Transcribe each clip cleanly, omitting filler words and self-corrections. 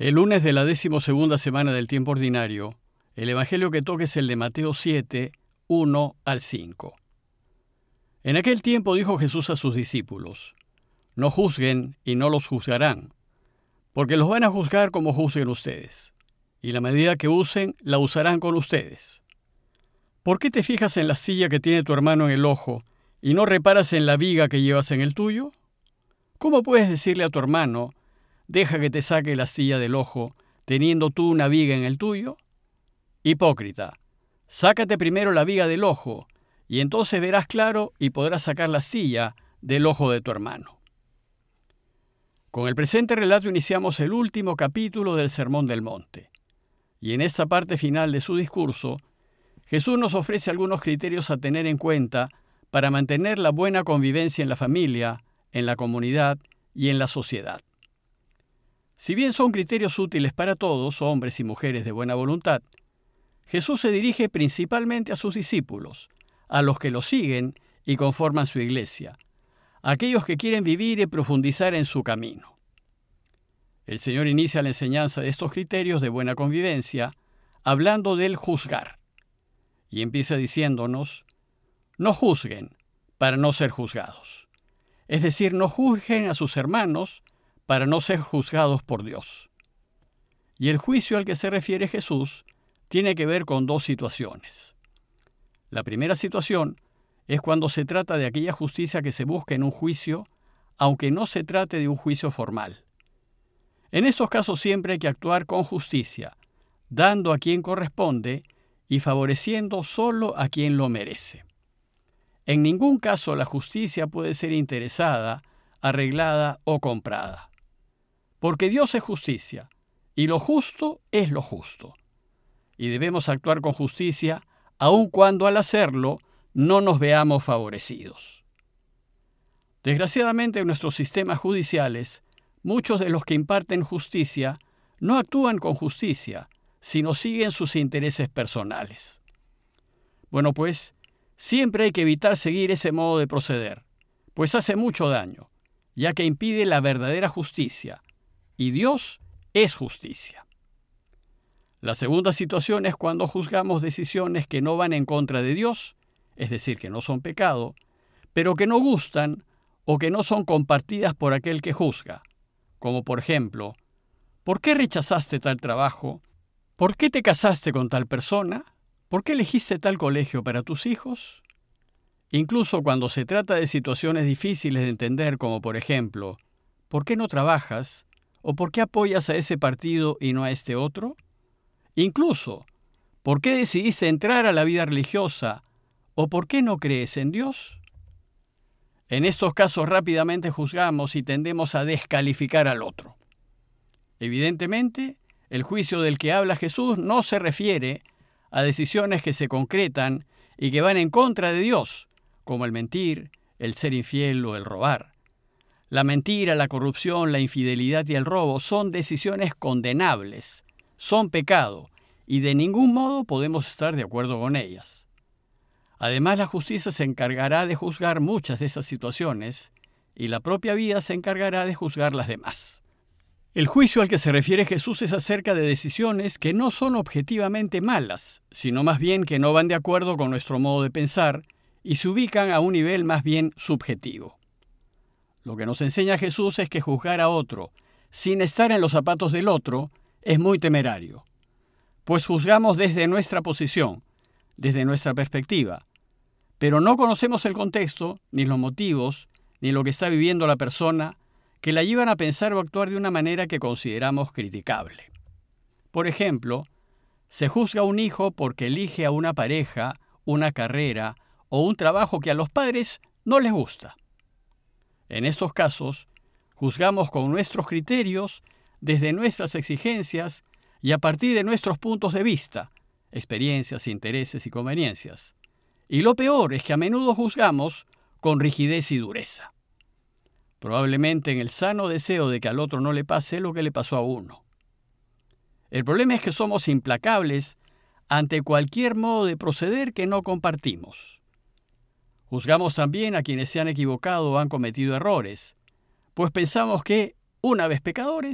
El lunes de la 12ª semana del tiempo ordinario, el evangelio que toca es el de Mateo 7, 1 al 5. En aquel tiempo dijo Jesús a sus discípulos: No juzguen y no los juzgarán, porque los van a juzgar como juzguen ustedes, y la medida que usen la usarán con ustedes. ¿Por qué te fijas en la astilla que tiene tu hermano en el ojo y no reparas en la viga que llevas en el tuyo? ¿Cómo puedes decirle a tu hermano: deja que te saque la astilla del ojo, teniendo tú una viga en el tuyo? Hipócrita, sácate primero la viga del ojo, y entonces verás claro y podrás sacar la astilla del ojo de tu hermano. Con el presente relato iniciamos el último capítulo del Sermón del Monte, y en esta parte final de su discurso, Jesús nos ofrece algunos criterios a tener en cuenta para mantener la buena convivencia en la familia, en la comunidad y en la sociedad. Si bien son criterios útiles para todos, hombres y mujeres de buena voluntad, Jesús se dirige principalmente a sus discípulos, a los que lo siguen y conforman su iglesia, a aquellos que quieren vivir y profundizar en su camino. El Señor inicia la enseñanza de estos criterios de buena convivencia hablando del juzgar, y empieza diciéndonos: no juzguen para no ser juzgados. Es decir, no juzguen a sus hermanos para no ser juzgados por Dios. Y el juicio al que se refiere Jesús tiene que ver con dos situaciones. La primera situación es cuando se trata de aquella justicia que se busca en un juicio, aunque no se trate de un juicio formal. En estos casos siempre hay que actuar con justicia, dando a quien corresponde y favoreciendo solo a quien lo merece. En ningún caso la justicia puede ser interesada, arreglada o comprada. Porque Dios es justicia, y lo justo es lo justo. Y debemos actuar con justicia, aun cuando al hacerlo no nos veamos favorecidos. Desgraciadamente en nuestros sistemas judiciales, muchos de los que imparten justicia no actúan con justicia, sino siguen sus intereses personales. Bueno, pues, siempre hay que evitar seguir ese modo de proceder, pues hace mucho daño, ya que impide la verdadera justicia, y Dios es justicia. La segunda situación es cuando juzgamos decisiones que no van en contra de Dios, es decir, que no son pecado, pero que no gustan o que no son compartidas por aquel que juzga, como por ejemplo: ¿por qué rechazaste tal trabajo? ¿Por qué te casaste con tal persona? ¿Por qué elegiste tal colegio para tus hijos? Incluso cuando se trata de situaciones difíciles de entender, como por ejemplo: ¿por qué no trabajas? ¿O por qué apoyas a ese partido y no a este otro? Incluso, ¿por qué decidiste entrar a la vida religiosa? ¿O por qué no crees en Dios? En estos casos rápidamente juzgamos y tendemos a descalificar al otro. Evidentemente, el juicio del que habla Jesús no se refiere a decisiones que se concretan y que van en contra de Dios, como el mentir, el ser infiel o el robar. La mentira, la corrupción, la infidelidad y el robo son decisiones condenables, son pecado, y de ningún modo podemos estar de acuerdo con ellas. Además, la justicia se encargará de juzgar muchas de esas situaciones, y la propia vida se encargará de juzgar las demás. El juicio al que se refiere Jesús es acerca de decisiones que no son objetivamente malas, sino más bien que no van de acuerdo con nuestro modo de pensar y se ubican a un nivel más bien subjetivo. Lo que nos enseña Jesús es que juzgar a otro sin estar en los zapatos del otro es muy temerario, pues juzgamos desde nuestra posición, desde nuestra perspectiva, pero no conocemos el contexto, ni los motivos, ni lo que está viviendo la persona que la llevan a pensar o actuar de una manera que consideramos criticable. Por ejemplo, se juzga a un hijo porque elige a una pareja, una carrera o un trabajo que a los padres no les gusta. En estos casos, juzgamos con nuestros criterios, desde nuestras exigencias y a partir de nuestros puntos de vista, experiencias, intereses y conveniencias. Y lo peor es que a menudo juzgamos con rigidez y dureza. Probablemente en el sano deseo de que al otro no le pase lo que le pasó a uno. El problema es que somos implacables ante cualquier modo de proceder que no compartimos. Juzgamos también a quienes se han equivocado o han cometido errores, pues pensamos que, una vez pecadores,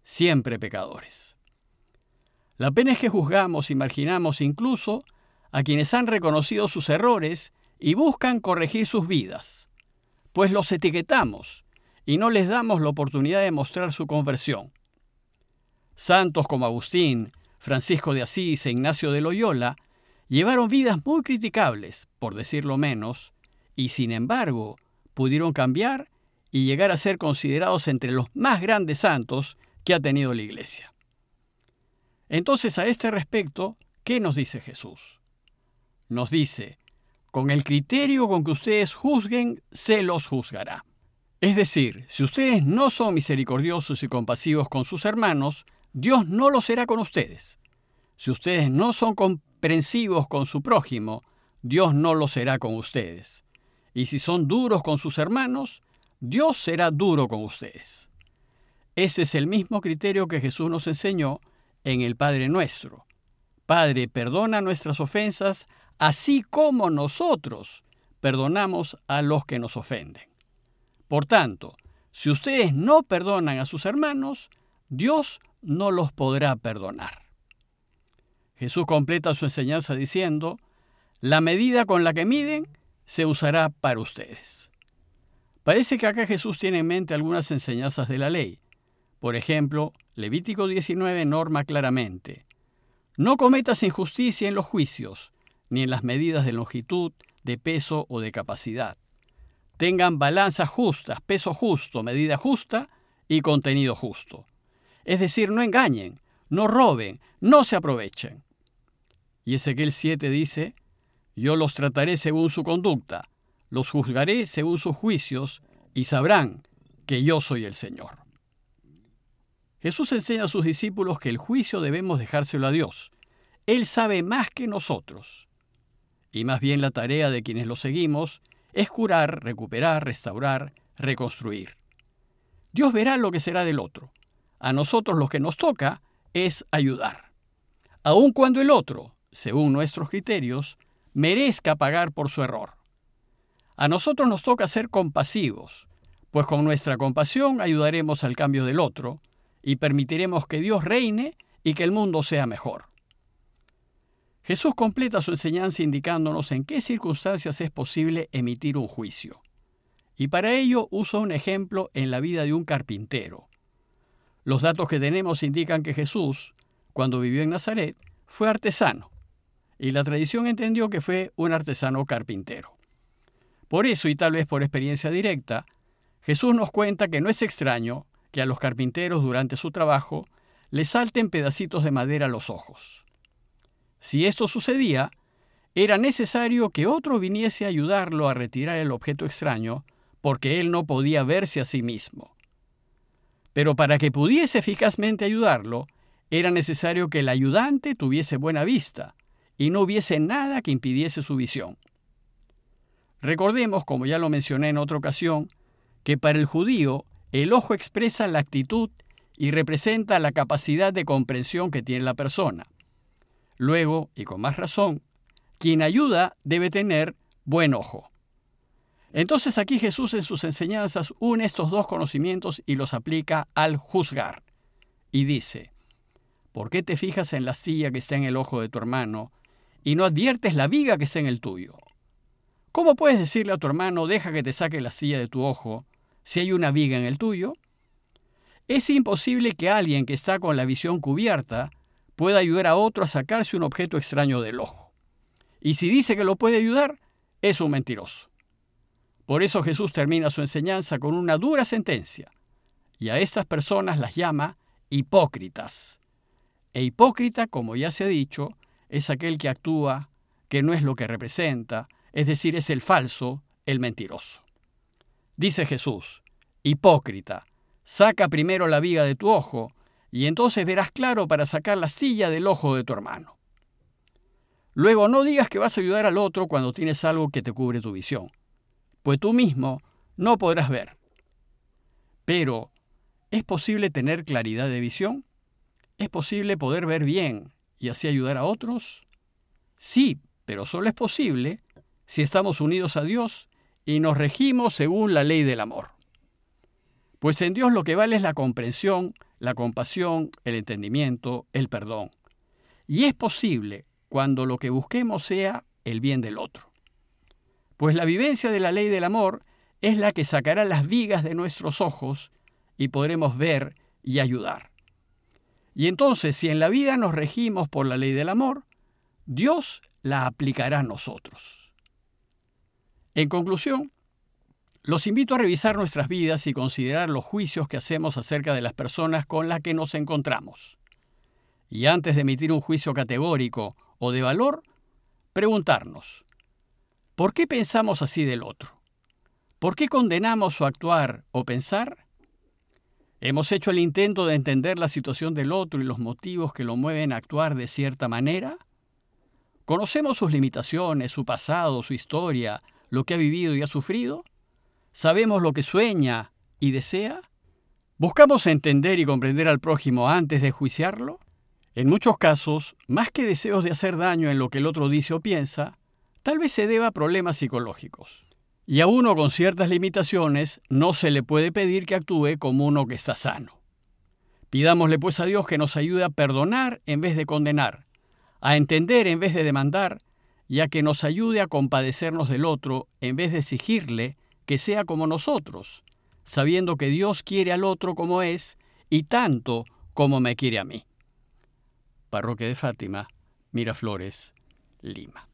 siempre pecadores. La pena es que juzgamos y marginamos incluso a quienes han reconocido sus errores y buscan corregir sus vidas, pues los etiquetamos y no les damos la oportunidad de mostrar su conversión. Santos como Agustín, Francisco de Asís e Ignacio de Loyola llevaron vidas muy criticables, por decirlo menos, y sin embargo pudieron cambiar y llegar a ser considerados entre los más grandes santos que ha tenido la Iglesia. Entonces, a este respecto, ¿qué nos dice Jesús? Nos dice: con el criterio con que ustedes juzguen, se los juzgará. Es decir, si ustedes no son misericordiosos y compasivos con sus hermanos, Dios no lo será con ustedes. Si ustedes no son comprensivos con su prójimo, Dios no lo será con ustedes. Y si son duros con sus hermanos, Dios será duro con ustedes. Ese es el mismo criterio que Jesús nos enseñó en el Padre Nuestro. Padre, perdona nuestras ofensas, así como nosotros perdonamos a los que nos ofenden. Por tanto, si ustedes no perdonan a sus hermanos, Dios no los podrá perdonar. Jesús completa su enseñanza diciendo: la medida con la que miden se usará para ustedes. Parece que acá Jesús tiene en mente algunas enseñanzas de la ley. Por ejemplo, Levítico 19 norma claramente: no cometas injusticia en los juicios, ni en las medidas de longitud, de peso o de capacidad. Tengan balanzas justas, peso justo, medida justa y contenido justo. Es decir, no engañen, no roben, no se aprovechen. Y Ezequiel 7 dice: yo los trataré según su conducta, los juzgaré según sus juicios, y sabrán que yo soy el Señor. Jesús enseña a sus discípulos que el juicio debemos dejárselo a Dios. Él sabe más que nosotros. Y más bien la tarea de quienes lo seguimos es curar, recuperar, restaurar, reconstruir. Dios verá lo que será del otro. A nosotros lo que nos toca es ayudar. Aun cuando el otro, según nuestros criterios, merezca pagar por su error. A nosotros nos toca ser compasivos, pues con nuestra compasión ayudaremos al cambio del otro y permitiremos que Dios reine y que el mundo sea mejor. Jesús completa su enseñanza indicándonos en qué circunstancias es posible emitir un juicio. Y para ello usa un ejemplo en la vida de un carpintero. Los datos que tenemos indican que Jesús, cuando vivió en Nazaret, fue artesano, y la tradición entendió que fue un artesano carpintero. Por eso, y tal vez por experiencia directa, Jesús nos cuenta que no es extraño que a los carpinteros durante su trabajo les salten pedacitos de madera a los ojos. Si esto sucedía, era necesario que otro viniese a ayudarlo a retirar el objeto extraño, porque él no podía verse a sí mismo. Pero para que pudiese eficazmente ayudarlo, era necesario que el ayudante tuviese buena vista y no hubiese nada que impidiese su visión. Recordemos, como ya lo mencioné en otra ocasión, que para el judío el ojo expresa la actitud y representa la capacidad de comprensión que tiene la persona. Luego, y con más razón, quien ayuda debe tener buen ojo. Entonces aquí Jesús en sus enseñanzas une estos dos conocimientos y los aplica al juzgar. Y dice: ¿por qué te fijas en la astilla que está en el ojo de tu hermano y no adviertes la viga que está en el tuyo? ¿Cómo puedes decirle a tu hermano: deja que te saque la astilla de tu ojo, si hay una viga en el tuyo? Es imposible que alguien que está con la visión cubierta pueda ayudar a otro a sacarse un objeto extraño del ojo. Y si dice que lo puede ayudar, es un mentiroso. Por eso Jesús termina su enseñanza con una dura sentencia, y a estas personas las llama hipócritas. E hipócrita, como ya se ha dicho, es aquel que actúa, que no es lo que representa, es decir, es el falso, el mentiroso. Dice Jesús: hipócrita, saca primero la viga de tu ojo, y entonces verás claro para sacar la astilla del ojo de tu hermano. Luego, no digas que vas a ayudar al otro cuando tienes algo que te cubre tu visión, pues tú mismo no podrás ver. Pero, ¿es posible tener claridad de visión? ¿Es posible poder ver bien y así ayudar a otros? Sí, pero solo es posible si estamos unidos a Dios y nos regimos según la ley del amor. Pues en Dios lo que vale es la comprensión la compasión, el entendimiento, el perdón. Y es posible cuando lo que busquemos sea el bien del otro. Pues la vivencia de la ley del amor es la que sacará las vigas de nuestros ojos y podremos ver y ayudar. Y entonces, si en la vida nos regimos por la ley del amor, Dios la aplicará a nosotros. En conclusión, los invito a revisar nuestras vidas y considerar los juicios que hacemos acerca de las personas con las que nos encontramos. Y antes de emitir un juicio categórico o de valor, preguntarnos, ¿por qué pensamos así del otro? ¿Por qué condenamos su actuar o pensar? ¿Hemos hecho el intento de entender la situación del otro y los motivos que lo mueven a actuar de cierta manera? ¿Conocemos sus limitaciones, su pasado, su historia, lo que ha vivido y ha sufrido? ¿Sabemos lo que sueña y desea? ¿Buscamos entender y comprender al prójimo antes de juiciarlo? En muchos casos, más que deseos de hacer daño en lo que el otro dice o piensa, tal vez se deba a problemas psicológicos. Y a uno con ciertas limitaciones no se le puede pedir que actúe como uno que está sano. Pidámosle pues a Dios que nos ayude a perdonar en vez de condenar, a entender en vez de demandar, y a que nos ayude a compadecernos del otro en vez de exigirle que sea como nosotros, sabiendo que Dios quiere al otro como es y tanto como me quiere a mí. Parroquia de Fátima, Miraflores, Lima.